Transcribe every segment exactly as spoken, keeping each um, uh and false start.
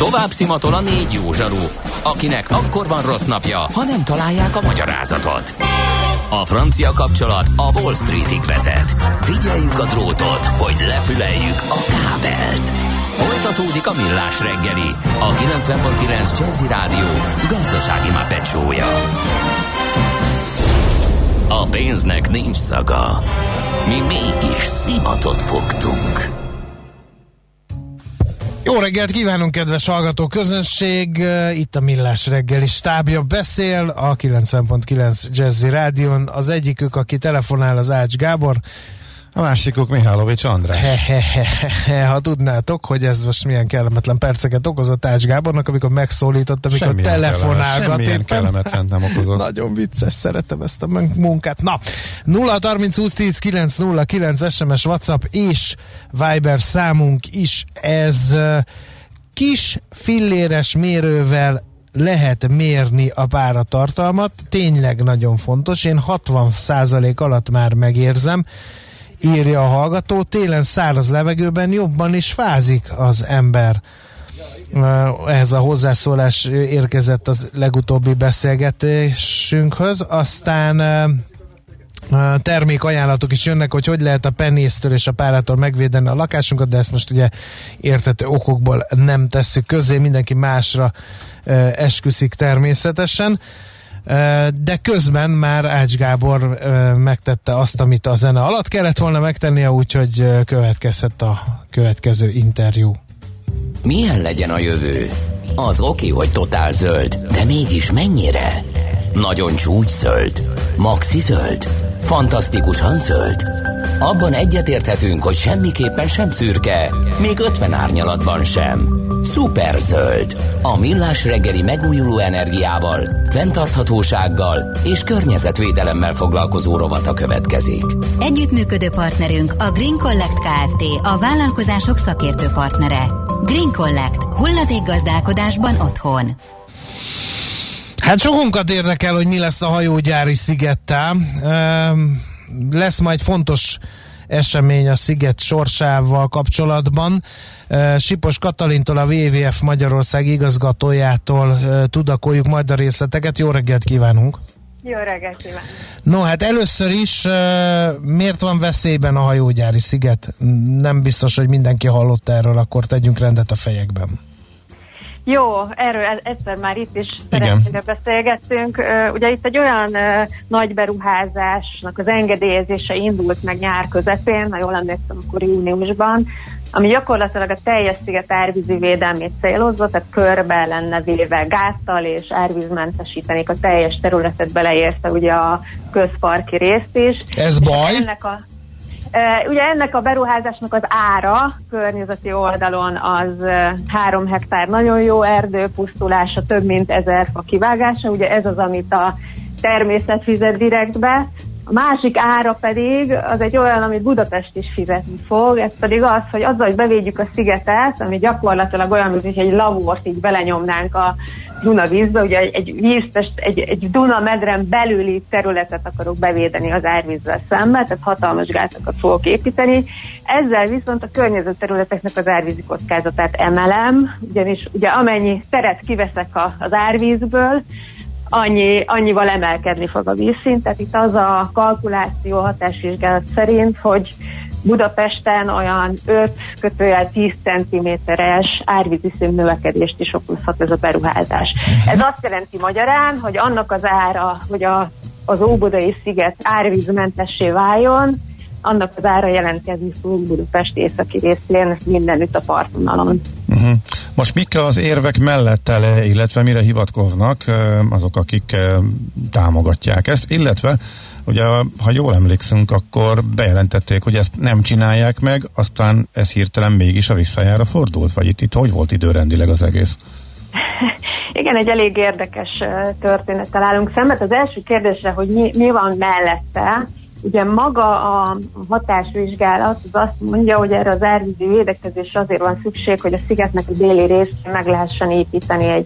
Tovább szimatol a négy jó zsaru, akinek akkor van rossz napja, ha nem találják a magyarázatot. A francia kapcsolat a Wall Streetig vezet. Figyeljük a drótot, hogy lefüleljük a kábelt. Folytatódik a Millás reggeli, a kilencven pont kilenc Jazzy Rádió gazdasági Muppet show-ja. A pénznek nincs szaga. Mi mégis szimatot fogtunk. Jó reggelt kívánunk, kedves hallgató közönség! Itt a Millás reggeli stábja beszél a kilencven pont kilenc Jazzy Rádión. Az egyikük, aki telefonál, az Ács Gábor. A másikuk Mihálovics András. He-he-he, ha tudnátok, hogy ez most milyen kellemetlen perceket okozott Ács Gábornak, amikor megszólított, amikor semmilyen telefonálgat. Semmilyen kellemetlen nem okozott. Nagyon vicces, szeretem ezt a munkát. Na, nulla harminc húsz tíz kilenc nulla kilenc es em es, WhatsApp és Viber számunk is. Ez kis filléres mérővel lehet mérni a páratartalmat. Tényleg nagyon fontos. Én hatvan százalék alatt már megérzem, írja a hallgató. Télen száraz levegőben jobban is fázik az ember. Ehhez a hozzászólás érkezett az legutóbbi beszélgetésünkhöz. Aztán termékajánlatok is jönnek, hogy hogy lehet a penésztől és a párától megvédeni a lakásunkat, de ezt most ugye érthető okokból nem tesszük közé, mindenki másra esküszik természetesen. De közben már Ács Gábor megtette azt, amit a zene alatt kellett volna megtennie, úgyhogy következhet a következő interjú. Milyen legyen a jövő? Az oké, hogy totál zöld, de mégis mennyire? Nagyon csúcszöld? Maxi zöld? Fantasztikusan zöld? Abban egyetérthetünk, hogy semmiképpen sem szürke, még ötven árnyalatban sem. Szuper zöld. A Millás reggeli megújuló energiával, fenntarthatósággal és környezetvédelemmel foglalkozó rovata következik. Együttműködő partnerünk a Green Collect Kft., a vállalkozások szakértő partnere. Green Collect. Hulladékgazdálkodásban otthon. Hát sokunkat érdekel, hogy mi lesz a hajógyári szigettel. Lesz majd fontos esemény a sziget sorsával kapcsolatban. Sipos Katalintól, a dupla vé vé ef Magyarország igazgatójától tudakoljuk majd a részleteket. Jó reggelt kívánunk! Jó reggelt kívánunk! No, hát először is miért van veszélyben a hajógyári sziget? Nem biztos, hogy mindenki hallott erről, akkor tegyünk rendet a fejekben. Jó, erről egyszer már itt is szerencsére beszélgettünk. Ugye itt egy olyan nagy beruházásnak az engedélyezése indult meg nyár közepén, ha jól emlékszem, akkor júniusban, ami gyakorlatilag a teljes sziget árvízi védelmét célozza, tehát körbe lenne véve gáttal, és árvízmentesítenék a teljes területet, beleérte ugye a közparki részt is. Ez baj? Ennek a Uh, ugye ennek a beruházásnak az ára környezeti oldalon az uh, három hektár nagyon jó erdő pusztulása, több mint ezer fa kivágása, ugye ez az, amit a természet fizet direktbe. A másik ára pedig az egy olyan, amit Budapest is fizetni fog, ez pedig az, hogy azzal, hogy bevédjük a szigetet, ami gyakorlatilag olyan, mint egy lavort így belenyomnánk a Duna vízbe, ugye egy, egy víztest, egy, egy Duna medren belüli területet akarok bevédeni az árvízzel szemben, tehát hatalmas gátakat fogok építeni. Ezzel viszont a környező területeknek az árvízi kockázatát emelem, ugyanis ugye amennyi teret kiveszek a, az árvízből, annyi, annyival emelkedni fog a vízszint, tehát itt az a kalkuláció hatásvizsgálat szerint, hogy Budapesten olyan öt kötőjel tíz centiméteres árvízi szint növekedést is okozhat ez a beruházás. Ez azt jelenti magyarán, hogy annak az ára, hogy a, az Óbudai sziget árvízmentessé váljon, annak az ára jelentkezni fog Budapest északi részén mindenütt a partvonalon. Uh-huh. Most mik az érvek mellette, illetve mire hivatkoznak azok, akik támogatják ezt, illetve ugye, ha jól emlékszünk, akkor bejelentették, hogy ezt nem csinálják meg, aztán ez hirtelen mégis a visszajára fordult, vagy itt, itt hogy volt időrendileg az egész? Igen, egy elég érdekes történettel állunk szemben. Az első kérdésre, hogy mi, mi van mellette, ugye maga a hatásvizsgálat az azt mondja, hogy erre az árvízi védekezésre azért van szükség, hogy a szigetnek a déli részén meg lehessen építeni egy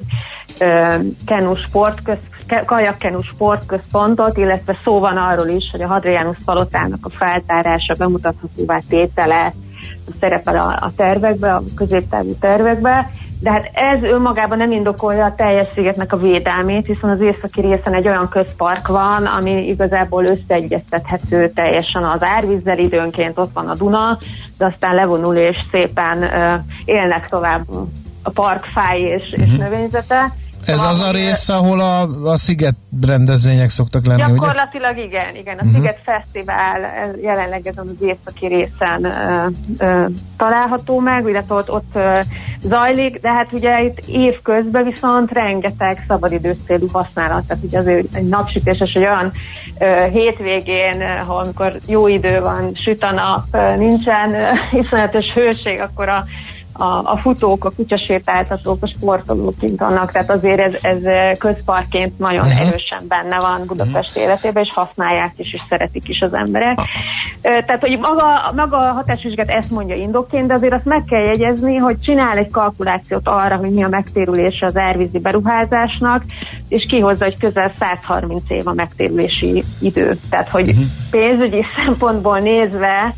kenu sportköz, kajakkenu sportközpontot, illetve szó van arról is, hogy a Hadrianus palotának a feltárása, bemutathatóvá tétele szerepel a, a tervekbe, a középtávú tervekbe. de hát ez önmagában nem indokolja a teljes szigetnek a védelmét, hiszen az északi részen egy olyan közpark van, ami igazából összeegyeztethető teljesen az árvízzel, időnként ott van a Duna, de aztán levonul és szépen uh, élnek tovább a park fáj és, uh-huh. és növényzete. Ez az a rész, ahol a, a Sziget rendezvények szoktak lenni, gyakorlatilag ugye? igen, igen. A uh-huh. Sziget Fesztivál jelenleg ezen az északi részen ö, ö, található meg, illetve ott, ott ö, zajlik, de hát ugye itt évközben viszont rengeteg szabadidős célú használat, tehát ugye azért egy napsütéses, egy olyan ö, hétvégén, ha amikor jó idő van, süt a nap, ö, nincsen ö, iszonyatos hőség, akkor a A, a futók, a kutyasétáltatók, a sportolók kint vannak, tehát azért ez, ez közparkként nagyon uh-huh. erősen benne van Budapest uh-huh. életében, és használják is, és szeretik is az emberek. Tehát, hogy maga, maga a hatásvizsgát ezt mondja indokként, de azért azt meg kell jegyezni, hogy csinál egy kalkulációt arra, hogy mi a megtérülése az árvízi beruházásnak, és kihozza, hogy közel száz harminc év a megtérülési idő. Tehát, hogy uh-huh. pénzügyi szempontból nézve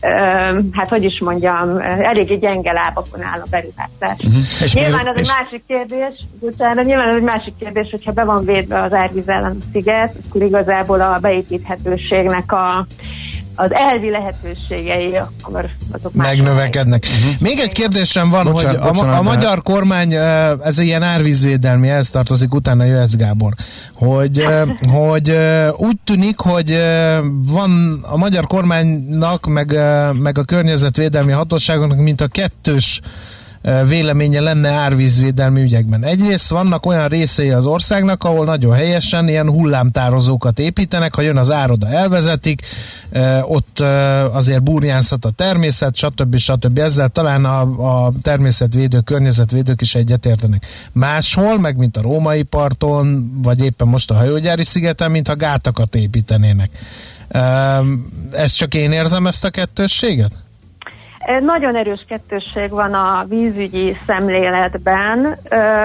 hát hogy is mondjam, eléggé gyenge lábakon áll a beruházás. Uh-huh. Nyilván ez egy másik kérdés, bocsánat, nyilván ez egy másik kérdés, hogyha be van védve az árvíz ellen a sziget, akkor igazából a beépíthetőségnek a az elvi lehetőségei, akkor azok megnövekednek. Uh-huh. Még egy kérdésem van, bocsánat, hogy bocsánat, a, a magyar kormány, ez ilyen árvízvédelmi, ez tartozik, utána jöhetsz Gábor, hogy, hogy úgy tűnik, hogy van a magyar kormánynak, meg, meg a környezetvédelmi hatóságoknak, mint a kettős véleménye lenne árvízvédelmi ügyekben. Egyrészt vannak olyan részei az országnak, ahol nagyon helyesen ilyen hullámtározókat építenek, ha jön az ároda, elvezetik, ott azért burjánzhat a természet, stb. stb. Ezzel talán a, a természetvédők, környezetvédők is egyetértenek. Máshol, meg mint a római parton, vagy éppen most a hajógyári szigeten, mintha gátakat építenének. Ez csak én érzem, ezt a kettősséget? Nagyon erős kettősség van a vízügyi szemléletben,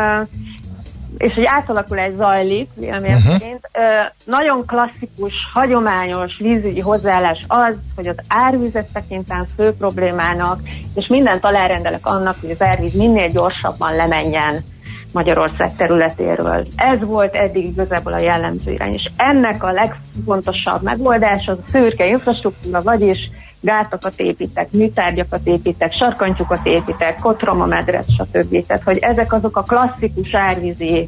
és egy átalakulás zajlik, véleményem uh-huh. szerint. Nagyon klasszikus, hagyományos vízügyi hozzáállás az, hogy az árvizet tekintem fő problémának, és mindent alárendelek annak, hogy az árvíz minél gyorsabban lemenjen Magyarország területéről. Ez volt eddig igazából a jellemző irány, és ennek a legfontosabb megoldás az a szürke infrastruktúra, vagyis gátakat építek, műtárgyakat építek, sarkantyúkat építek, kotromamedret, stb. Tehát, hogy ezek azok a klasszikus árvízi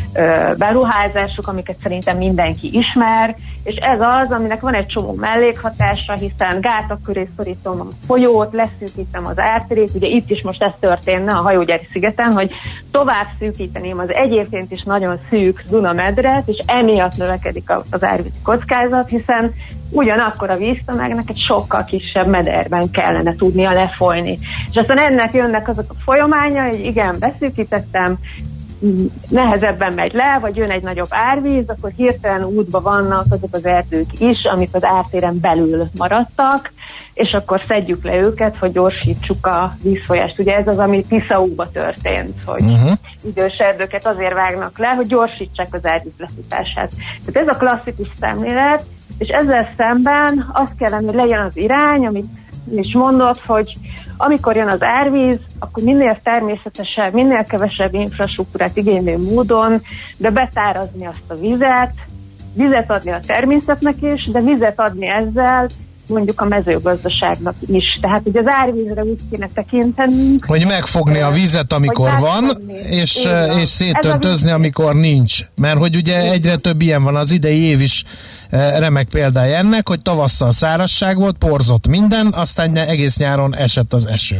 ö, beruházások, amiket szerintem mindenki ismer, és ez az, aminek van egy csomó mellékhatása, hiszen gátak köré szorítom a folyót, leszűkítem az árterét, ugye itt is most ez történne a hajógyári szigeten, hogy tovább szűkíteném az egyébként is nagyon szűk Duna-medret, és emiatt növekedik az árvízi kockázat, hiszen ugyanakkor a víztömegnek egy sokkal kisebb mederben kellene tudnia lefolyni. És aztán ennek jönnek azok a folyamánya, hogy igen, beszűkítettem, nehezebben megy le, vagy jön egy nagyobb árvíz, akkor hirtelen útba vannak azok az erdők is, amik az ártéren belül maradtak, és akkor szedjük le őket, hogy gyorsítsuk a vízfolyást. Ugye ez az, ami Tiszaúba történt, hogy uh-huh. idős erdőket azért vágnak le, hogy gyorsítsák az árvíz lefutását. Tehát ez a klasszikus szemlélet, és ezzel szemben azt kellene, hogy legyen az irány, amit is mondott, hogy amikor jön az árvíz, akkor minél természetesebb, minél kevesebb infrastruktúrát igénylő módon, de betárazni azt a vizet, vizet adni a természetnek is, de vizet adni ezzel mondjuk a mezőgazdaságnak is. Tehát ugye az árvízre úgy kéne tekintenünk. Hogy megfogni a vizet, amikor van, és, és széttöntözni, amikor nincs. Mert hogy ugye egyre több ilyen van, az idei év is remek példája ennek, hogy tavasszal szárazság volt, porzott minden, aztán egész nyáron esett az eső.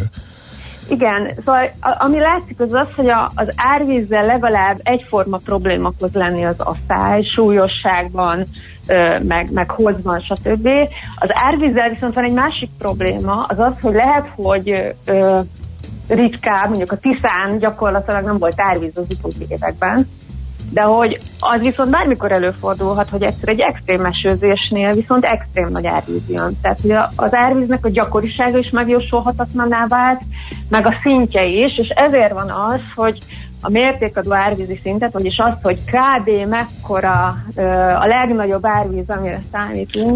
Igen, szóval ami látszik az az, hogy a, az árvízzel legalább egyforma probléma hoz lenni az asszály, súlyosságban, ö, meg, meg hozban, stb. Az árvízzel viszont van egy másik probléma, az az, hogy lehet, hogy ö, ritkább, mondjuk a Tiszán gyakorlatilag nem volt árvíz az utóbbi években, de hogy az viszont bármikor előfordulhat, hogy egyszer egy extrém esőzésnél viszont extrém nagy árvíz jön. Tehát hogy az árvíznek a gyakorisága is megjósolhatatlanná vált, meg a szintje is, és ezért van az, hogy a mértékadó árvízi szintet, vagyis azt, hogy kb. Mekkora a legnagyobb árvíz, amire számítunk,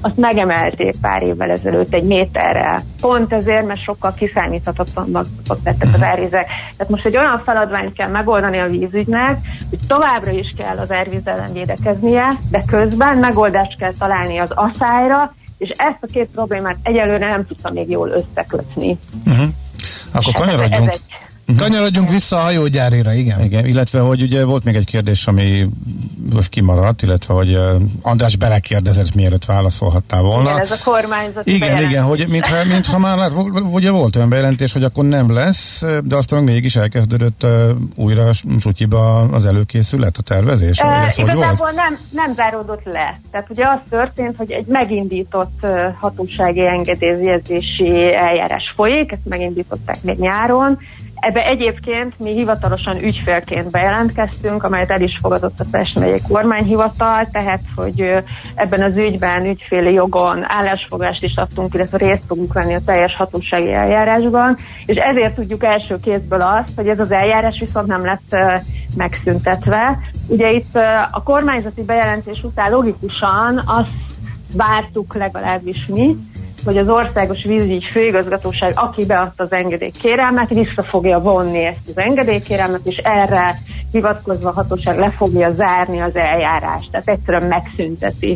azt megemelték pár évvel ezelőtt egy méterrel. Pont ezért, mert sokkal kiszámíthatatlanak lettek az árvizek. Tehát most egy olyan feladványt kell megoldani a vízügynek, hogy továbbra is kell az árvíz ellen védekeznie, de közben megoldást kell találni az aszályra, és ezt a két problémát egyelőre nem tudta még jól összekötni. Uh-huh. Akkor kanyarodjunk. Ez egy Kanyarodjunk vissza a hajógyárira, igen. Igen, illetve, hogy ugye volt még egy kérdés, ami most kimaradt, illetve, hogy uh, András belekérdezett, mielőtt válaszolhattál volna. Igen, ez a kormányzati Igen, igen, hogy mintha, mintha már lát, ugye volt olyan bejelentés, hogy akkor nem lesz, de aztán mégis elkezdődött uh, újra Sutyiba az előkészület, a tervezés? E, ez igazából nem, nem záródott le. Tehát ugye az történt, hogy egy megindított uh, hatósági engedélyezési eljárás folyik, ezt megindították még nyáron. Ebbe egyébként mi hivatalosan ügyfélként bejelentkeztünk, amelyet el is fogadott a Pest megyei kormányhivatal, tehát hogy ebben az ügyben ügyféli jogon állásfoglalást is adtunk, illetve részt fogunk venni a teljes hatósági eljárásban, és ezért tudjuk első kézből azt, hogy ez az eljárás viszont nem lett megszüntetve. Ugye itt a kormányzati bejelentés után logikusan azt vártuk legalábbis mi, hogy az Országos Vízügyi Főigazgatóság, aki beadta az engedélykérelmet, vissza fogja vonni ezt az engedélykérelmet, és erre hivatkozva a hatóság le fogja zárni az eljárást. Tehát egyszerűen megszünteti.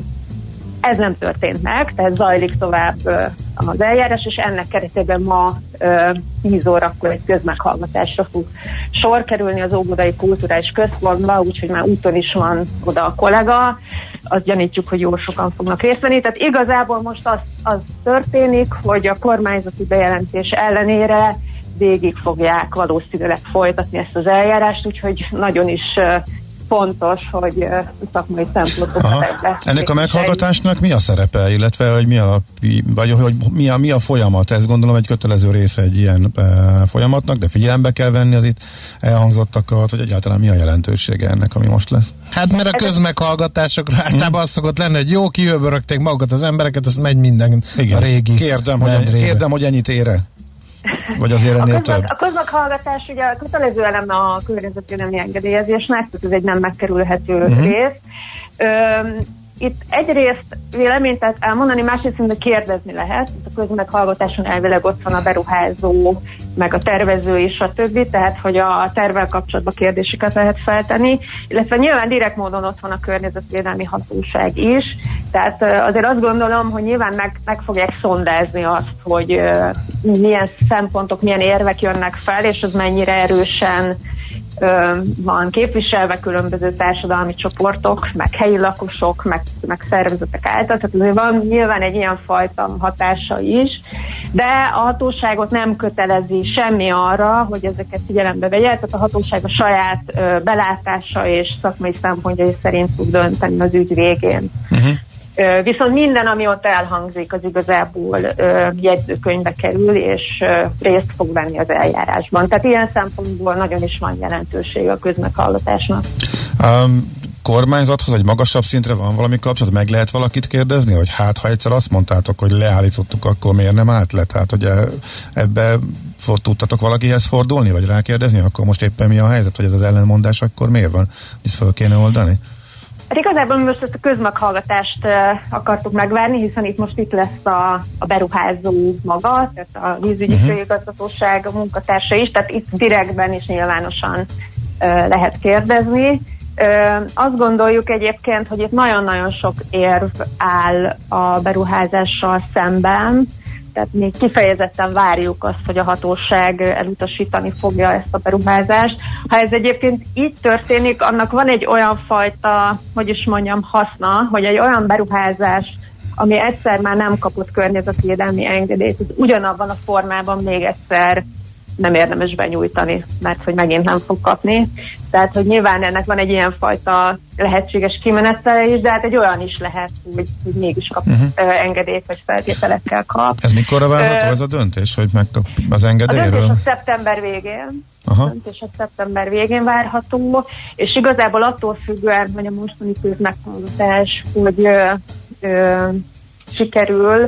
Ez nem történt meg, tehát zajlik tovább az eljárás, és ennek keretében ma tíz órakor egy közmeghallgatásra fog sor kerülni az Óbudai Kulturális Központba, úgyhogy már úton is van oda a kollega, azt gyanítjuk, hogy jó sokan fognak részt venni. Tehát igazából most az, az történik, hogy a kormányzati bejelentés ellenére végig fogják valószínűleg folytatni ezt az eljárást, úgyhogy nagyon is fontos, hogy uh, szakmai szempontokat ebbe. Ennek a meghallgatásnak mi a szerepe, illetve hogy mi a, vagy, hogy mi a, mi a folyamat? Ez gondolom egy kötelező része egy ilyen uh, folyamatnak, de figyelembe kell venni az itt elhangzottakat, hogy egyáltalán mi a jelentősége ennek, ami most lesz? Hát mert a közmeghallgatásokra általában az szokott lenni, hogy jó, kiöbörögték magukat az embereket, azt megy minden. Igen. A régi. Kérdem, hogy, kérdem, hogy ennyit ére. Vagy azért ennél a, több? A közmeghallgatás ugye a kötelező elem a környezetvédelmi engedélyezésnek, tehát ez egy nem megkerülhető uh-huh. rész. Öm, itt egyrészt véleményt tehát elmondani, másrészt szinte kérdezni lehet. Itt a közmeghallgatáson elvileg ott van a beruházó, meg a tervező és a többi, tehát hogy a tervvel kapcsolatban kérdéseket lehet feltenni, illetve nyilván direkt módon ott van a környezetvédelmi hatóság is, tehát azért azt gondolom, hogy nyilván meg, meg fogják szondázni azt, hogy uh, milyen szempontok, milyen érvek jönnek fel, és az mennyire erősen uh, van képviselve különböző társadalmi csoportok, meg helyi lakosok, meg, meg szervezetek által, tehát azért van nyilván egy ilyen fajta hatása is, de a hatóságot nem kötelezi semmi arra, hogy ezeket figyelembe vegye, tehát a hatóság a saját ö, belátása és szakmai szempontjai szerint tud dönteni az ügy végén. Uh-huh. Ö, viszont minden, ami ott elhangzik, az igazából ö, jegyzőkönyvbe kerül, és ö, részt fog venni az eljárásban. Tehát ilyen szempontból nagyon is van jelentősége a közmeghallgatásnak. Um, kormányzathoz egy magasabb szintre van valami kapcsolat? Meg lehet valakit kérdezni, hogy hát, ha egyszer azt mondtátok, hogy leállítottuk, akkor miért nem állt le? Tehát, hogy ebbe tudtatok valakihez fordulni, vagy rákérdezni, akkor most éppen mi a helyzet, hogy ez az ellenmondás akkor miért van? Ezt fel kéne oldani? Hát igazából most ezt a közmeghallgatást uh, akartuk megvárni, hiszen itt most itt lesz a, a beruházó maga, tehát a vízügyi uh-huh. főigazgatóság, a munkatársa is, tehát itt direktben is nyilvánosan uh, lehet kérdezni. Ö, azt gondoljuk egyébként, hogy itt nagyon-nagyon sok érv áll a beruházással szemben, tehát még kifejezetten várjuk azt, hogy a hatóság elutasítani fogja ezt a beruházást. Ha ez egyébként így történik, annak van egy olyan fajta, hogy is mondjam, haszna, hogy egy olyan beruházás, ami egyszer már nem kapott környezetvédelmi engedélyt, hogy ugyanabban a formában még egyszer nem érdemes benyújtani, mert hogy megint nem fog kapni. Tehát, hogy nyilván ennek van egy ilyen fajta lehetséges kimenetele is, de hát egy olyan is lehet, hogy, hogy mégis kap uh-huh. engedélyt, vagy feltételekkel kap. Ez mikorra várható uh, ez a döntés, hogy megkap az engedélyről? A döntés a szeptember végén. Aha. A döntés a szeptember végén várható, és igazából attól függően, hogy a mostani közmeghallgatás, hogy ö, ö, sikerül,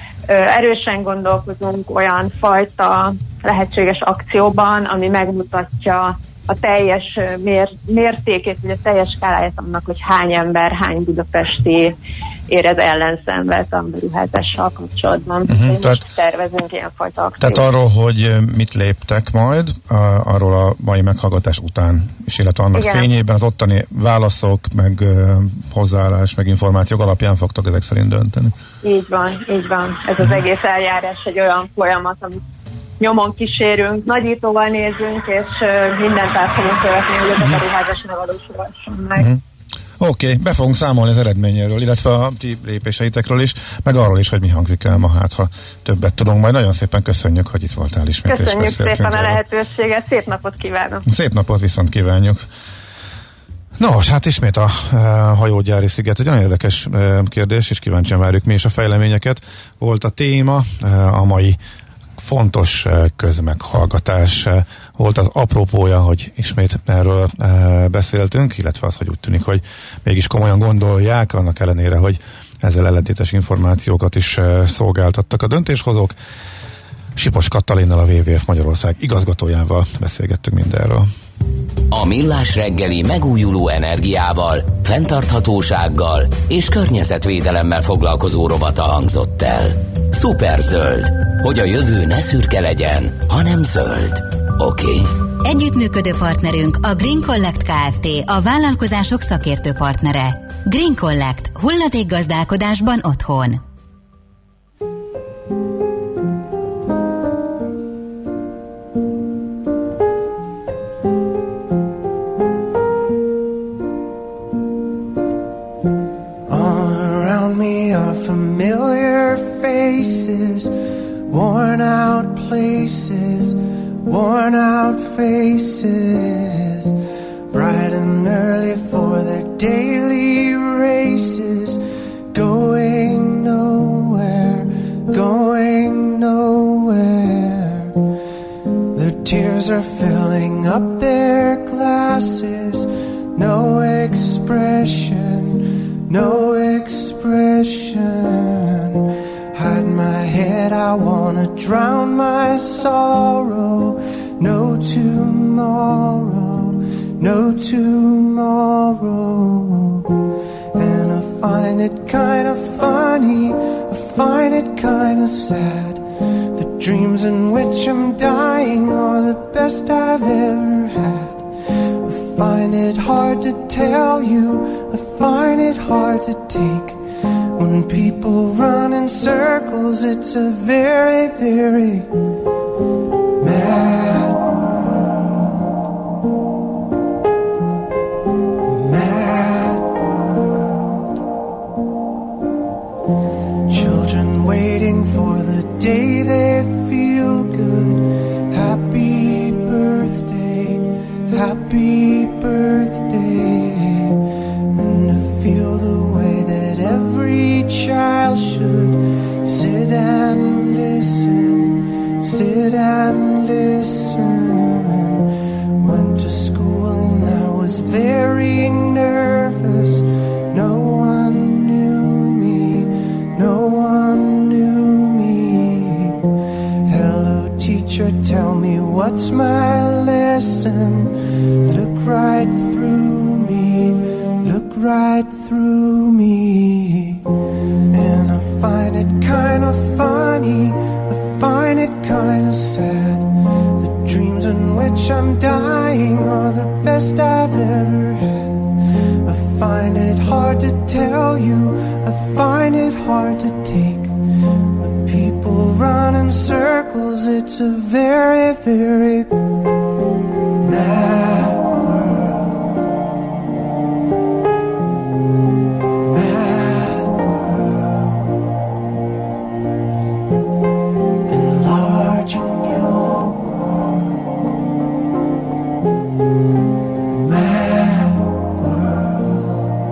erősen gondolkozunk olyan fajta lehetséges akcióban, ami megmutatja a teljes mér, mértékét, vagy a teljes skáláját annak, hogy hány ember, hány budapesti érez ellenszenvet a beruházással kapcsolatban. Uh-huh, tehát most tervezünk ilyenfajta akciót. Tehát arról, hogy mit léptek majd, a, arról a mai meghallgatás után is, illetve annak igen. fényében az ottani válaszok, meg uh, hozzáállás, meg információk alapján fogtok ezek szerint dönteni. Így van, így van. Ez az egész eljárás egy olyan folyamat, amit nyomon kísérünk, nagyítóval nézünk, és uh, mindent el fogunk követni, hogy ez a beruházás ne valósulhasson meg. Uh-huh. Oké, okay, be fogunk számolni az eredményéről, illetve a ti lépéseitekről is, meg arról is, hogy mi hangzik el ma, hát ha többet tudunk. Majd nagyon szépen köszönjük, hogy itt voltál ismét. Köszönjük szépen a lehetőséget, szép napot kívánok! Szép napot viszont kívánjuk! Nos, hát ismét a e, hajógyári sziget. Egy nagyon érdekes e, kérdés, és kíváncsian várjuk mi is a fejleményeket. Volt a téma, e, a mai fontos közmeghallgatás volt az apropója, hogy ismét erről beszéltünk, illetve az, hogy úgy tűnik, hogy mégis komolyan gondolják, annak ellenére, hogy ezzel ellentétes információkat is szolgáltattak a döntéshozók. Sipos Katalinnal, a dupla vé vé ef Magyarország igazgatójával beszélgettünk mindenről. A Millás reggeli megújuló energiával, fenntarthatósággal és környezetvédelemmel foglalkozó rovata hangzott el. Szuperzöld, hogy a jövő ne szürke legyen, hanem zöld. Oké? Okay? Együttműködő partnerünk a Green Collect Kft., a vállalkozások szakértő partnere. Green Collect. Hulladékgazdálkodásban otthon. Worn out places, worn out faces, bright and early for their daily races, going nowhere, going nowhere. Their tears are filling up their glasses, no expression, no expression. Hide my head, I wanna drown my sorrow. No tomorrow, no tomorrow. And I find it kind of funny, I find it kind of sad. The dreams in which I'm dying are the best I've ever had. I find it hard to tell you, I find it hard to take. When people run in circles, it's a very, very mad world. Mad world. Children waiting for the day they feel good. Happy birthday, happy birthday. And to feel the way that every child should sit and listen, sit and listen. Went to school and I was very nervous. No one knew me, no one knew me. Hello teacher, tell me what's my lesson. Look right through me, look right through me. And I find it kind of funny, I find it kind of sad. The dreams in which I'm dying are the best I've ever had. I find it hard to tell you, I find it hard to take. When people run in circles, it's a very, very mad world. Mad world. Enlarging your world. Mad world.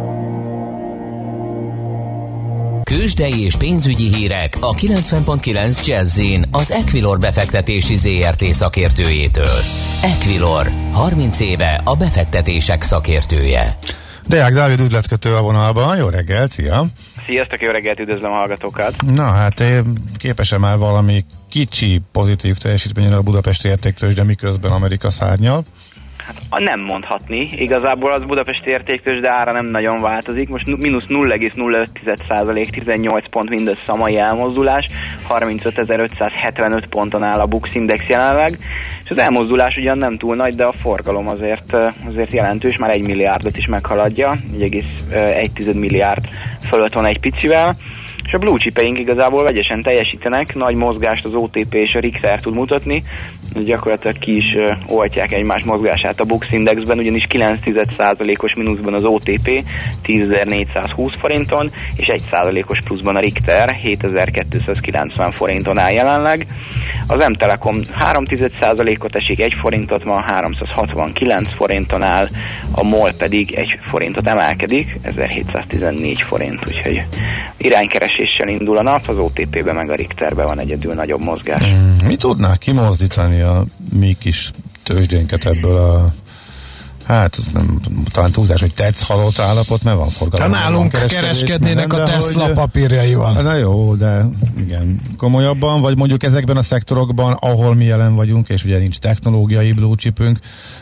Tőzsdei és pénzügyi hírek a kilencven pont kilenc Jazz-in az Equilor befektetési zé er té szakértőjétől. Equilor, harminc éve a befektetések szakértője. Deák Dávid üzletkötő a vonalban, jó reggelt, szia! Sziasztok, jó reggelt, üdvözlöm a hallgatókat! Na hát képes-e már valami kicsi pozitív teljesítményre a budapesti értéktőzsde, miközben Amerika szárnyal? Hát, nem mondhatni. Igazából az budapesti értéktőzsde, de ára nem nagyon változik. Most mínusz nulla egész nulla öt százalék, tizennyolc pont mindössze a mai elmozdulás, harmincötezer-ötszázhetvenöt ponton áll a Bux Index jelenleg, és az elmozdulás ugyan nem túl nagy, de a forgalom azért, azért jelentős, már egy milliárdot is meghaladja, egy egész egy milliárd fölött van egy picivel, és a blue chipeink igazából vegyesen teljesítenek, nagy mozgást az o té pé és a Richter tud mutatni, gyakorlatilag ki is uh, oltják egymás mozgását a Bux Indexben, ugyanis kilenc százalékos mínuszban az o té pé tízezer-négyszázhúsz forinton, és egy százalékos pluszban a Richter hétezer-kétszázkilencven forinton áll jelenleg. Az M-Telekom három százalékot esik, egy forintot, ma háromszázhatvankilenc forinton áll, a MOL pedig egy forintot emelkedik, ezerhétszáztizennégy forint, úgyhogy iránykereséssel indul a nap, az o té pé-ben meg a Richterben van egyedül nagyobb mozgás. Mm, mi tudnák kimozdítani a mi kis tőzsdénket ebből a hát nem, talán túlzás, hogy tetsz halott állapot, mert van forgalom. Nálunk kereskednének a Tesla hogy, papírjaival. Na jó, de igen, komolyabban, vagy mondjuk ezekben a szektorokban, ahol mi jelen vagyunk, és ugye nincs technológiai blue chipünk,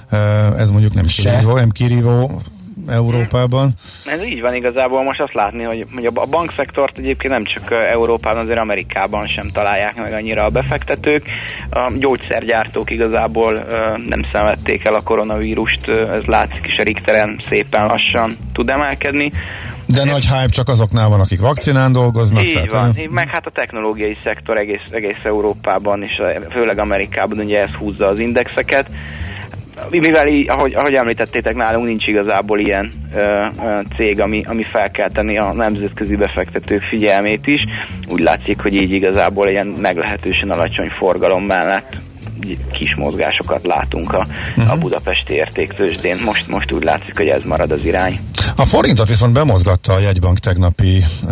ez mondjuk nem kirívó, nem kirívó Európában. Ez így van igazából, most azt látni, hogy, hogy a bankszektort egyébként nem csak Európában, azért Amerikában sem találják meg annyira a befektetők. A gyógyszergyártók igazából nem szenvedték el a koronavírust, ez látszik is a Richteren szépen lassan tud emelkedni. De ez nagy hype csak azoknál van, akik vakcinán dolgoznak. Így tehát, van, így, meg hát a technológiai szektor egész, egész Európában és főleg Amerikában ugye ez húzza az indexeket. Mivel, ahogy, ahogy említettétek, nálunk nincs igazából ilyen ö, ö, cég, ami, ami fel kell tenni a nemzetközi befektetők figyelmét is. Úgy látszik, hogy így igazából ilyen meglehetősen alacsony forgalom mellett kis mozgásokat látunk a, uh-huh. a budapesti értéktőzsdén. Most, most úgy látszik, hogy ez marad az irány. A forintot viszont bemozgatta a jegybank tegnapi e,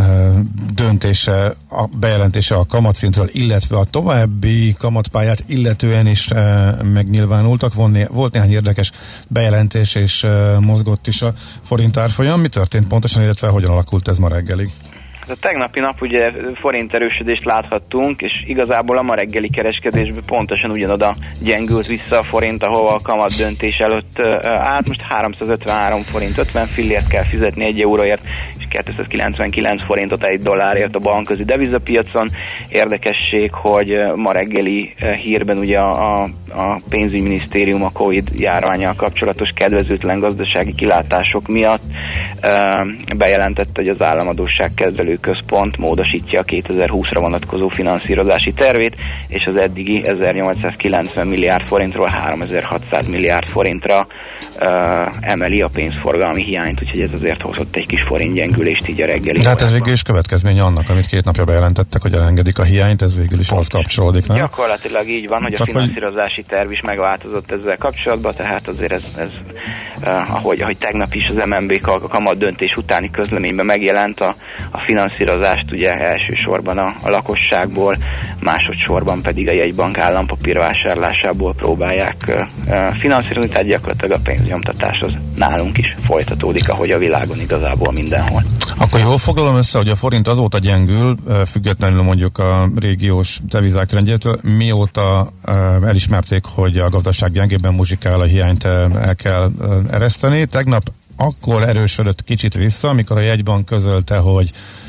döntése, a bejelentése a kamatszintről, illetve a további kamatpályát illetően is e, megnyilvánultak. Von, volt néhány érdekes bejelentés, és e, mozgott is a forint árfolyam. Mi történt pontosan, illetve hogyan alakult ez ma reggelig? A tegnapi nap ugye forint erősödést láthattunk, és igazából a ma reggeli kereskedésben pontosan ugyanoda gyengült vissza a forint, ahova a kamat döntés előtt állt. Most háromszázötvenhárom forint ötven fillért kell fizetni egy euróért, és kétszázkilencvenkilenc forintot egy dollárért a bankközi devizapiacon. Érdekesség, hogy ma reggeli hírben ugye a, a pénzügyminisztérium a Covid járvánnyal kapcsolatos kedvezőtlen gazdasági kilátások miatt bejelentette, hogy az államadósság kezelő központ módosítja a kétezer-húszra vonatkozó finanszírozási tervét, és az eddigi ezernyolcszázkilencven milliárd forintról háromezer-hatszáz milliárd forintra uh, emeli a pénzforgalmi hiányt, úgyhogy ez azért hozott egy kis forintgyengülést így a reggeli. De hát ez végül is következménye annak, amit két napja bejelentettek, hogy elengedik a hiányt, ez végül is ahhoz kapcsolódik, nem? Gyakorlatilag így van, hogy Csak a finanszírozási terv is megváltozott ezzel kapcsolatban, tehát azért ez, ez uh, ahogy, ahogy tegnap is az em en bé a kamat döntés utáni közleményben megjelent a, a finanszírozást ugye elsősorban a, a lakosságból, másodszorban pedig a jegybank állampapír vásárlásából próbálják uh, finanszírozni, tehát gyakorlatilag a pénznyomtatás az nálunk is folytatódik, ahogy a világon igazából mindenhol. Akkor jól foglalom össze, hogy a forint azóta gyengül, függetlenül mondjuk a régiós devizák trendjétől, mióta uh, elismerték, hogy a gazdaság gyengében muzsikál, a hiányt uh, el kell uh, ereszteni. Tegnap akkor erősödött kicsit vissza, amikor a jegybank közölte, hogy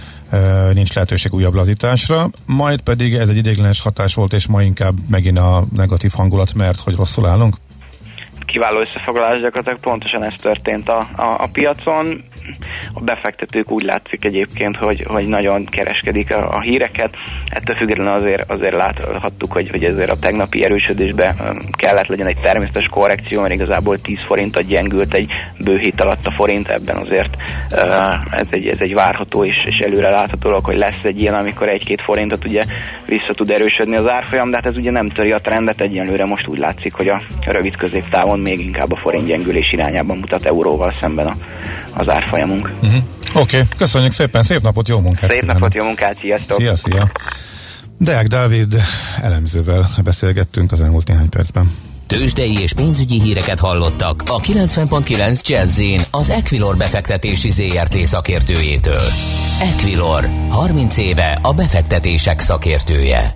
e, nincs lehetőség újabb lazításra, majd pedig ez egy ideiglenes hatás volt, és ma inkább megint a negatív hangulat, mert hogy rosszul állunk? Kiváló összefoglalás, gyakorlatilag pontosan ez történt a, a, a piacon. A befektetők úgy látszik egyébként, hogy, hogy nagyon kereskedik a, a híreket. Ettől függetlenül azért, azért láthattuk, hogy, hogy ezért a tegnapi erősödésben kellett legyen egy természetes korrekció, mert igazából tíz forintot gyengült egy bő hét alatt a forint, ebben azért ez egy, ez egy várható és, és előre látható dolog, hogy lesz egy ilyen, amikor egy-két forintot ugye vissza tud erősödni az árfolyam, de hát ez ugye nem töri a trendet, egyenlőre most úgy látszik, hogy a rövid középtávon még inkább a forint gyengülés irányában mutat euróval szemben a, az árfolyamunk. Uh-huh. Oké, okay. Köszönjük szépen, szép napot, jó munkát! Szép kívánok. Napot, jó munkát, sziasztok! Szia, szia! Deák Dávid elemzővel beszélgettünk az elmúlt néhány percben. Tőzsdei és pénzügyi híreket hallottak a kilencven pont kilenc Jazz-in az Equilor befektetési zé er té szakértőjétől. Equilor, harminc éve a befektetések szakértője.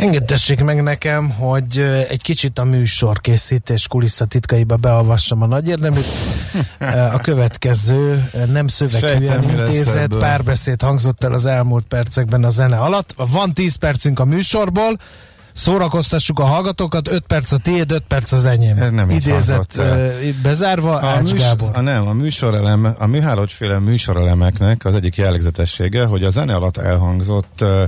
Engedtessék meg nekem, hogy egy kicsit a műsorkészítés kulisszatitkaiba beolvassam a nagy érdeműt. A következő nem szövegűen intézett párbeszéd hangzott el az elmúlt percekben a zene alatt. Van tíz percünk a műsorból, szórakoztassuk a hallgatókat, öt perc a tiéd, öt perc az enyém. Ez nem idézett uh, bezárva, a Ács műs- Gábor. A nem, a műsorelem, a Mihálocsféle műsorelemeknek az egyik jellegzetessége, hogy a zene alatt elhangzott uh,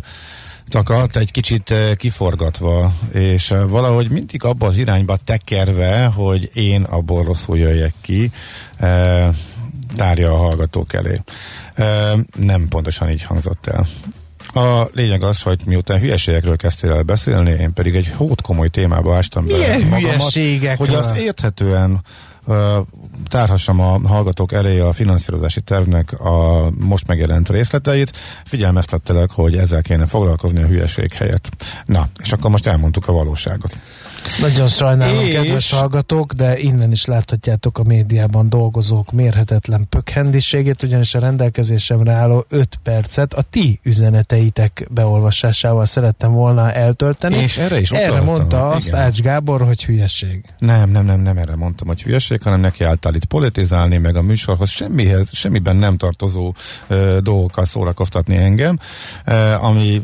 takat egy kicsit uh, kiforgatva, és uh, valahogy mindig abba az irányba tekerve, hogy én abból rosszul jöjjek ki, uh, tárja a hallgatók elé. Uh, nem pontosan így hangzott el. A lényeg az, hogy miután hülyeségekről kezdtél el beszélni, én pedig egy hót komoly témába ástam be Milyen magamat, hogy azt érthetően uh, tárhassam a hallgatók elé a finanszírozási tervnek a most megjelent részleteit. Figyelmeztettelek, hogy ezzel kéne foglalkozni a hülyeség helyett. Na, és akkor most elmondtuk a valóságot. Nagyon sajnálom, és... kedves hallgatók, de innen is láthatjátok a médiában dolgozók mérhetetlen pökhendiségét, ugyanis a rendelkezésemre álló öt percet a ti üzeneteitek beolvasásával szerettem volna eltölteni. És erre is Erre utaltam, mondta azt igen. Ács Gábor, hogy hülyeség. Nem, nem, nem, nem erre mondtam, hogy hülyeség, hanem neki álltál itt politizálni, meg a műsorhoz semmihez, semmiben nem tartozó ö, dolgokkal szórakoztatni engem, ö, ami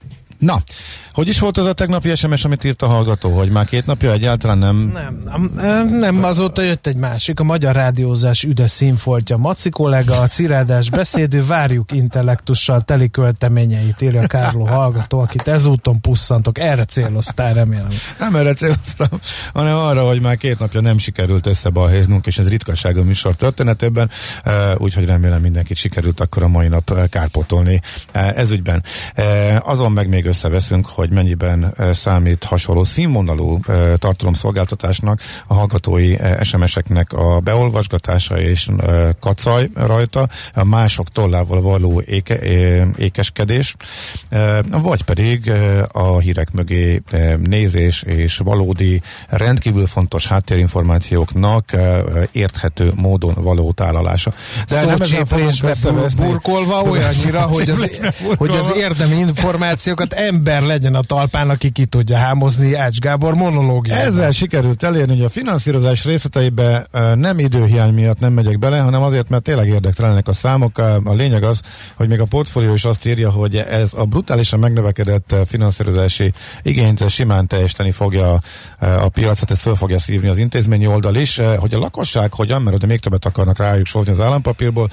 na, hogy is volt az a tegnapi es em es, amit írt a hallgató, hogy már két napja egyáltalán nem... Nem, nem, nem azóta jött egy másik, a Magyar Rádiózás üde színfoltja. Maci kollega, a cirádás beszédű, várjuk intellektussal teli költeményeit, írja Kárló hallgató, akit ezúton pusszantok. Erre céloztál, remélem. Nem erre céloztam, hanem arra, hogy már két napja nem sikerült összebalhéznunk, és ez ritkaság a műsor történetében, úgyhogy remélem mindenkit sikerült akkor a mai nap kárpótolni ez ügyben. Azon meg még összeveszünk, hogy mennyiben számít hasonló színvonalú tartalomszolgáltatásnak a hallgatói es em es-eknek a beolvasgatása és kacaj rajta, a mások tollával való éke, ékeskedés, vagy pedig a hírek mögé nézés és valódi rendkívül fontos háttérinformációknak érthető módon való tálalása. De nem ezen fogunk burkolva olyannyira, hogy az, hogy az érdemi információkat ember legyen a talpán, aki ki tudja hámozni Ács Gábor monológiában. Ezzel sikerült elérni, hogy a finanszírozás részleteibe nem időhiány miatt nem megyek bele, hanem azért, mert tényleg érdektelenek a számok. A lényeg az, hogy még a portfólió is azt írja, hogy ez a brutálisan megnövekedett finanszírozási igényt simán teljesíteni fogja a piacot, ez föl fogja szívni az intézményi oldal is, hogy a lakosság hogyan, mert ugye még többet akarnak rájuk sózni az állampapírból.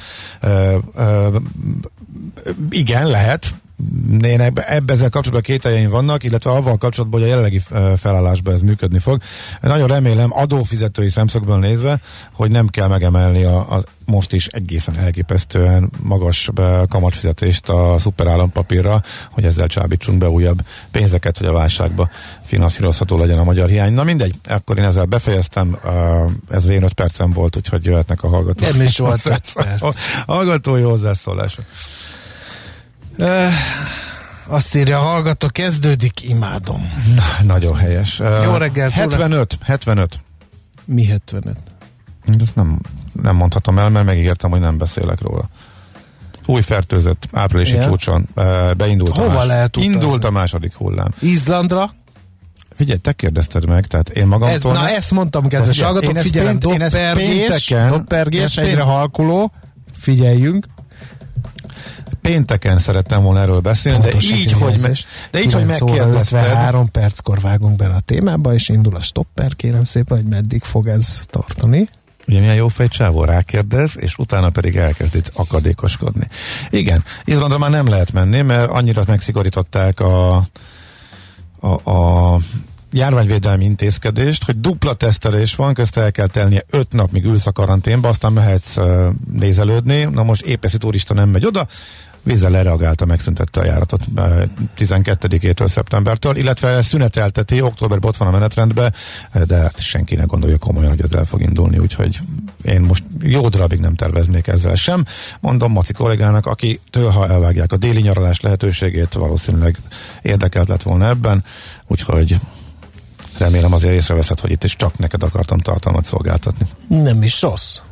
Igen, lehet. Én ebbe, ebbe ezzel kapcsolatban kételjeim vannak, illetve avval kapcsolatban, hogy a jelenlegi felállásban ez működni fog. Nagyon remélem, adófizetői szemszögből nézve, hogy nem kell megemelni a, a most is egészen elképesztően magas kamatfizetést a szuperállampapírra, hogy ezzel csábítsunk be újabb pénzeket, hogy a válságba finanszírozható legyen a magyar hiány. Na mindegy, akkor én ezzel befejeztem, ez az én öt percem volt, úgyhogy jöhetnek a hallgatók. Nem is volt öt perc. A hallgatói hozzászólása. Uh, azt írja a hallgató, kezdődik, imádom. Na, nagyon helyes. Uh, Jó reggelt. hetvenöt, hetvenöt. Mi hetvenöt? Ezt nem, nem mondhatom el, mert megígértem, hogy nem beszélek róla. Új fertőzött áprilisi yeah. csúcson uh, beindult. Hova a más, lehet utazni? Indult a második hullám. Izlandra? Figyelj, te kérdezted meg, tehát én magamtól... Ez, na ezt mondtam, kedves hallgatók, figyelem, doppergés, doppergés, egyre halkuló, figyeljünk. Pénteken szerettem volna erről beszélni, de így, hogy, me, de így, hogy megkérdezted. Három perckor vágunk bele a témába, és indul a stopper, kérem szépen, hogy meddig fog ez tartani. Ugye milyen jó fejcsávó rákérdez, és utána pedig elkezd itt akadékoskodni. Igen, Izlandra már nem lehet menni, mert annyira megszigorították a, a, a járványvédelmi intézkedést, hogy dupla tesztelés van, közt el kell telnie öt nap, míg ülsz a karanténba, aztán mehetsz uh, nézelődni. Na most épeszi turista nem megy oda, vízzel lereagálta, megszüntette a járatot uh, tizenkettedikétől szeptembertől, illetve szünetelteti, októberben ott van a menetrendben, de senki ne gondolja komolyan, hogy ez el fog indulni, úgyhogy én most jó darabig nem terveznék ezzel sem. Mondom Maci kollégának, aki től, ha elvágják a déli nyaralás lehetőségét, valószínűleg érdekelt lett volna ebben, úgyhogy remélem azért észreveszed, hogy itt is csak neked akartam tartalmat szolgáltatni. Nem is rossz.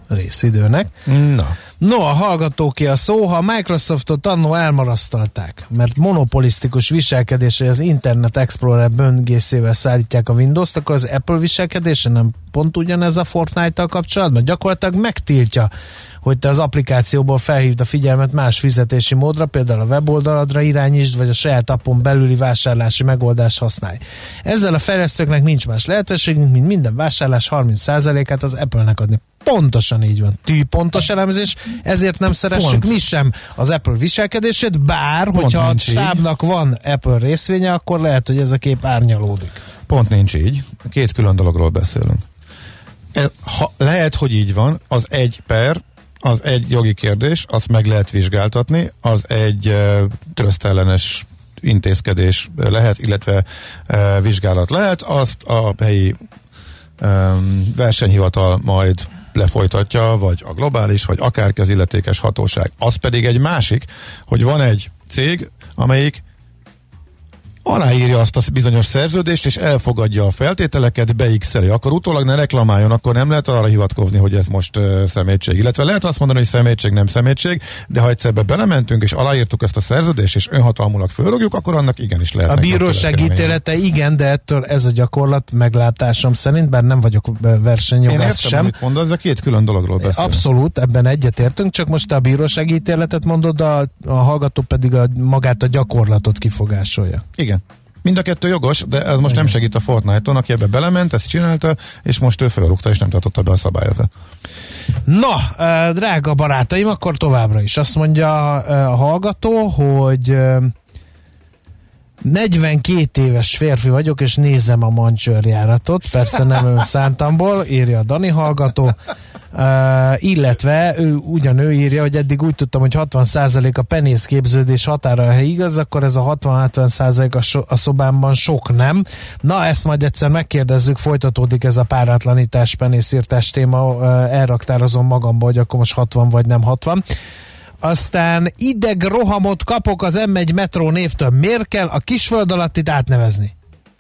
részidőnek. Na. No, a hallgatóké a szó, ha a Microsoftot annó elmarasztalták, mert monopolisztikus viselkedésre az Internet Explorer böngészével szállítják a Windows-t, akkor az Apple viselkedése nem pont ugyanez a Fortnite-tal kapcsolatban? Gyakorlatilag megtiltja, hogy te az applikációból felhívd a figyelmet más fizetési módra, például a weboldaladra irányítsd, vagy a saját appon belüli vásárlási megoldást használj. Ezzel a fejlesztőknek nincs más lehetőségünk, mint minden vásárlás harminc százalékát az Apple-nek adni. Pontosan így van. Tű pontos elemzés, ezért nem szeressük Pont. mi sem az Apple viselkedését, bár Pont hogyha a stábnak így van Apple részvénye, akkor lehet, hogy ez a kép árnyalódik. Pont nincs így. Két külön dologról beszélünk. Ha lehet, hogy így van, az egy per, az egy jogi kérdés, azt meg lehet vizsgáltatni, az egy uh, trösztellenes intézkedés lehet, illetve uh, vizsgálat lehet, azt a helyi um, versenyhivatal majd lefolytatja, vagy a globális, vagy akárki az illetékes hatóság. Az pedig egy másik, hogy van egy cég, amelyik aláírja azt a bizonyos szerződést, és elfogadja a feltételeket, beixeli. Akkor utólag ne reklamáljon, akkor nem lehet arra hivatkozni, hogy ez most uh, szemétség. Illetve lehet azt mondani, hogy szemétség, nem szemétség, de ha egyszer belementünk, és aláírtuk ezt a szerződést, és önhatalmulag fölrogjuk, akkor annak igenis lehet. A bíróság ítélete igen, de ettől ez a gyakorlat meglátásom szerint, bár nem vagyok versenyjogász sem. Amit mondasz, a két külön dologról beszél. Abszolút, ebben egyetértünk, csak most a bíróság ítéletet mondod, a, a hallgató pedig a, magát a gyakorlatot kifogásolja. Igen. Mind a kettő jogos, de ez most Igen. nem segít a Fortnite-on, aki ebbe belement, ezt csinálta, és most ő fölrúgta, és nem tartotta be a szabályokat. Na, drága barátaim, akkor továbbra is. Azt mondja a hallgató, hogy negyvenkét éves férfi vagyok, és nézem a mancsőrjáratot, persze nem önszántamból, írja a Dani hallgató, uh, illetve ő, ugyan ő írja, hogy eddig úgy tudtam, hogy hatvan százalék a penészképződés határa, ha igaz, akkor ez a hatvan-hetven százalék a, so, a szobámban sok nem. Na, ezt majd egyszer megkérdezzük, folytatódik ez a páratlanítás, penészírtás téma, uh, elraktározom magamba, hogy akkor most hatvan vagy nem hatvan. Aztán ideg rohamot kapok az em egy metró névtől. Miért kell a Kisföld alattit átnevezni?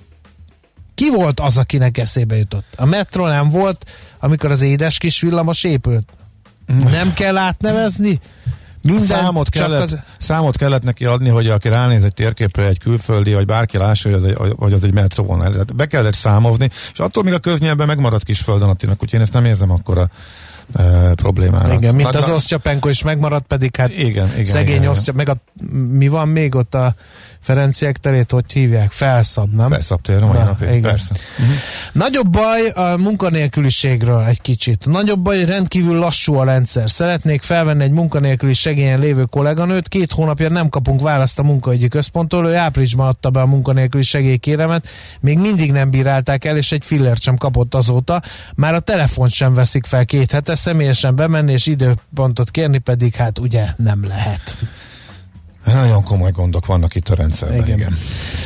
Ki volt az, akinek eszébe jutott? A metró nem volt, amikor az édes kis villamos épült. Nem kell átnevezni? Mindent számot, kellett, az... számot kellett neki adni, hogy aki ránéz egy térképre, egy külföldi, vagy bárki lássa, hogy az egy, hogy az egy metró van. Be kellett számozni, és attól még a köznyelben megmaradt Kisföld alattinak, úgyhogy én ezt nem érzem akkora Uh, problémára. Igen, mint na, az na, Osztyapenko is megmaradt, pedig hát igen, igen, szegény Osztyap, meg a, mi van még ott a Ferenciek terét, hogy hívják? Felszab, nem? Felszab tér, mai napig, persze. Uh-huh. Nagyobb baj a munkanélküliségről egy kicsit. Nagyobb baj, hogy rendkívül lassú a rendszer. Szeretnék felvenni egy munkanélküli segélyen lévő kolléganőt, két hónapja nem kapunk választ a munkaügyi központtól, ő áprilisban adta be a munkanélküli segélykéremet, még mindig nem bírálták el, és egy fillert sem kapott azóta. Már a telefont sem veszik fel két hete, személyesen bemenni és időpontot kérni pedig hát ugye nem lehet. Nagyon komoly gondok vannak itt a rendszerben. Igen. igen.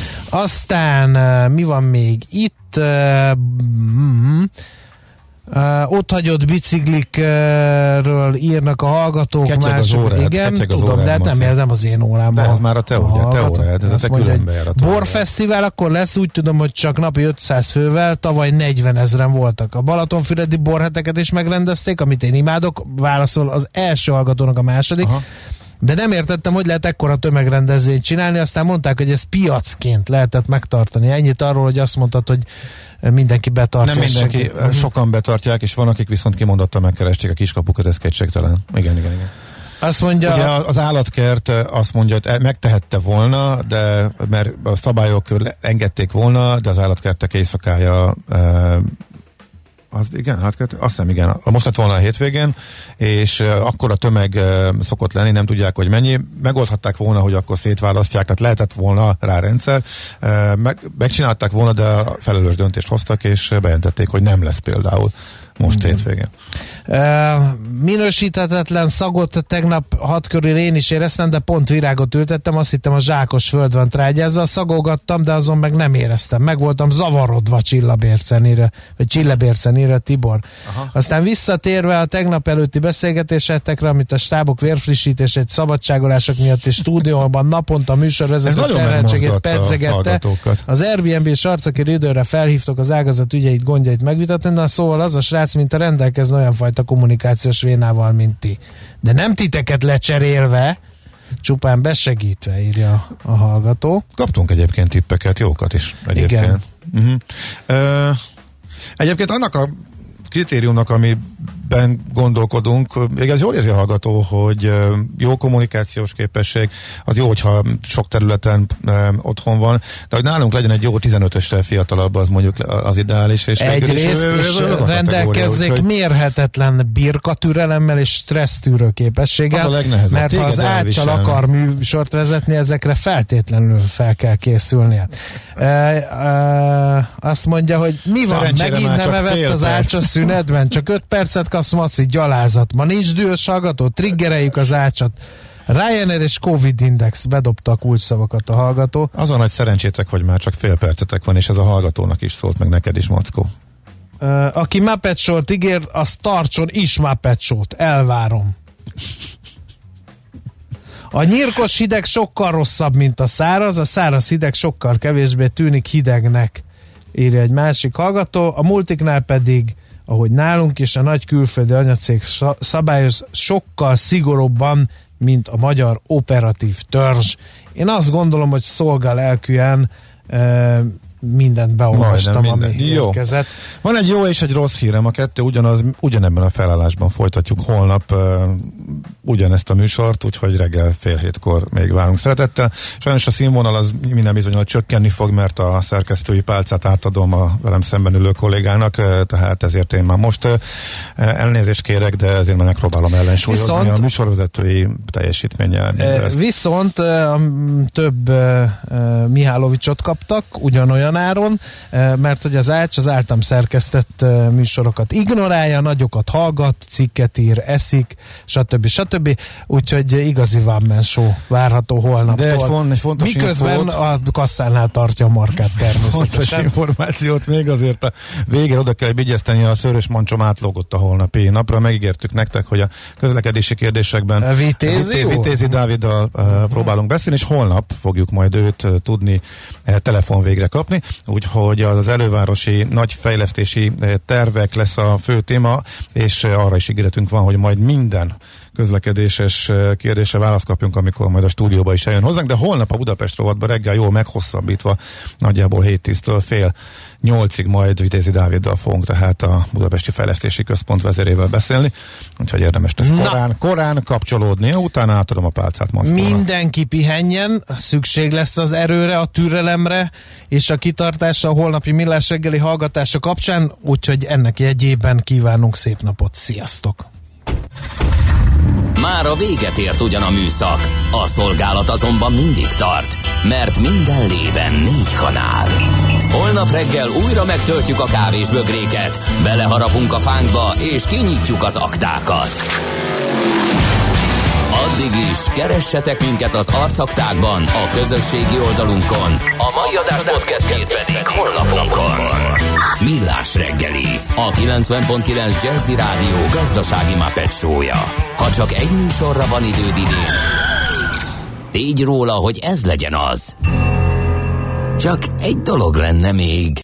Aztán mi van még itt? Uh, mm, uh, ott hagyott biciklikről írnak a hallgatók. Ketyeg az órád, igen, ketyeg az tudom, órád, de hát nem, ez nem az én órám. De ez már a te, a ugye, te órád, ez a te különbejárat. Borfesztivál akkor lesz, úgy tudom, hogy csak napi ötszáz fővel, tavaly negyven ezren voltak. A Balatonfüredi borheteket is megrendezték, amit én imádok, válaszol az első hallgatónak a második. Aha. De nem értettem, hogy lehet ekkora tömegrendezvényt csinálni, aztán mondták, hogy ez piacként lehetett megtartani. Ennyit arról, hogy azt mondtad, hogy mindenki betartja. Nem mindenki, uh-huh. sokan betartják, és van, akik viszont kimondottan megkeresték a kiskapukat, ez kétségtelen. Igen, igen, igen. Azt mondja... Ugye az állatkert azt mondja, hogy megtehette volna, de mert a szabályok engedték volna, de az állatkertek éjszakája az igen, hát azt hiszem igen, most lett volna a hétvégén, és uh, akkor a tömeg uh, szokott lenni, nem tudják, hogy mennyi. Megoldhatták volna, hogy akkor szétválasztják, tehát lehetett volna rá rendszer. Uh, meg, megcsinálták volna, de a felelős döntést hoztak, és bejelentették, hogy nem lesz például most mm. hétvégén. Uh, minősíthetetlen szagot tegnap hat körül én is éreztem, de pont virágot ültettem, azt hittem a zsákos föld van trágyázva, szagogattam, de azon meg nem éreztem. Meg voltam zavarodva Csillabércenire, vagy Csillabércenire, Tibor. Aha. Aztán visszatérve a tegnap előtti beszélgetésetekre, amit a stábok vérfrissítés egy szabadságolások miatt és stúdióban naponta műsorvezető terheltségét pedzegette. Az Airbnb és arcakérő időre felhívtok az ágazat ügyeit, gondjait megvitatni, na szóval az a srác válasz, mint a rendelkezne olyan fajta kommunikációs vénával, mint ti. De nem titeket lecserélve, csupán besegítve, írja a hallgató. Kaptunk egyébként tippeket, jókat is egyébként. Igen. Uh-huh. Uh, egyébként annak a kritériumnak, amiben gondolkodunk, ez jól érzi a hallgató, hogy jó kommunikációs képesség, az jó, hogyha sok területen e, otthon van, de hogy nálunk legyen egy jó tizenötössel fiatalabb, az mondjuk az ideális. És egyrészt, és rendelkezzék hogy... mérhetetlen birkatürelemmel és stressztűrő képességgel, mert ha az Áccsal akar műsort vezetni, ezekre feltétlenül fel kell készülnie. E, e, azt mondja, hogy mi van, szerencsére megint nem evett az Ács a szünetben, csak öt percet kapsz, Maci, gyalázat. Ma nincs dühös hallgató, triggereljük az Ácsot. Ryanair és Covid Index, bedobta a kulcsszavakat a hallgató. Az a nagy szerencsétek, hogy már csak fél percetek van, és ez a hallgatónak is szólt, meg neked is, Mackó. Uh, aki Muppet Show-t ígér, az tartson is Muppet Show-t. Elvárom. A nyírkos hideg sokkal rosszabb, mint a száraz, a száraz hideg sokkal kevésbé tűnik hidegnek, írja egy másik hallgató. A multiknál pedig, ahogy nálunk is, a nagy külföldi anyacég szabályoz sokkal szigorúbban, mint a magyar operatív törzs. Én azt gondolom, hogy szolgálelkűen e, mindent beolvastam, minden. ami Jó. érkezett. Van egy jó és egy rossz hírem, a kettő ugyanaz, ugyanebben a felállásban folytatjuk holnap uh, ugyanezt a műsort, úgyhogy reggel fél hétkor még várunk szeretettel. Sajnos a színvonal az minden bizonnyal csökkenni fog, mert a szerkesztői pálcát átadom a velem szemben ülő kollégának, uh, tehát ezért én már most uh, elnézést kérek, de ezért már megpróbálom ellensúlyozni viszont, a műsorvezetői teljesítménnyel. Uh, viszont uh, több uh, Mihálovicsot kaptak, ugyanolyan áron, mert hogy az Ács az általam szerkesztett műsorokat ignorálja, nagyokat hallgat, cikket ír, eszik, stb. stb. Úgyhogy igazi one man show várható holnaptól. De egy, font, egy fontos miközben infót, a kasszánál tartja a markát természetesen. Fontos információt még azért a végére oda kell vigyezteni, a szőrös mancsom átlógott a holnapi napra. Megígértük nektek, hogy a közlekedési kérdésekben Vitézi, Vitézi Dáviddal uh, próbálunk beszélni, és holnap fogjuk majd őt uh, tudni uh, telefon végre kapni. Úgyhogy az az elővárosi nagy fejlesztési tervek lesz a fő téma, és arra is ígéretünk van, hogy majd minden közlekedéses kérdésre választ kapjunk, amikor majd a stúdióba is eljön hozzánk, de holnap a Budapest rovatban reggel jól meghosszabbítva, nagyjából hét-tíztől fél nyolcig majd Vitézi Dáviddal fogunk tehát a Budapesti Fejlesztési Központ vezérével beszélni, úgyhogy érdemes lesz korán, korán kapcsolódni, utána átadom a pálcát Mackónak. Mindenki pihenjen, szükség lesz az erőre, a türelemre és a kitartásra a holnapi Millás reggeli hallgatása kapcsán, úgyhogy ennek jegyében kívánunk szép napot, sziasztok! Már a véget ért ugyan a műszak, a szolgálat azonban mindig tart, mert minden lében négy kanál. Holnap reggel újra megtöltjük a kávésbögréket, beleharapunk a fánkba és kinyitjuk az aktákat. Addig is keressetek minket az arcaktákban, a közösségi oldalunkon. A mai adás podcastjét pedig honlapunkon. Millás reggeli, a kilencven pont kilenc Jazzy Rádió gazdasági Muppet show-ja. Ha csak egy műsorra van időd idén, tégy róla, hogy ez legyen az. Csak egy dolog lenne még.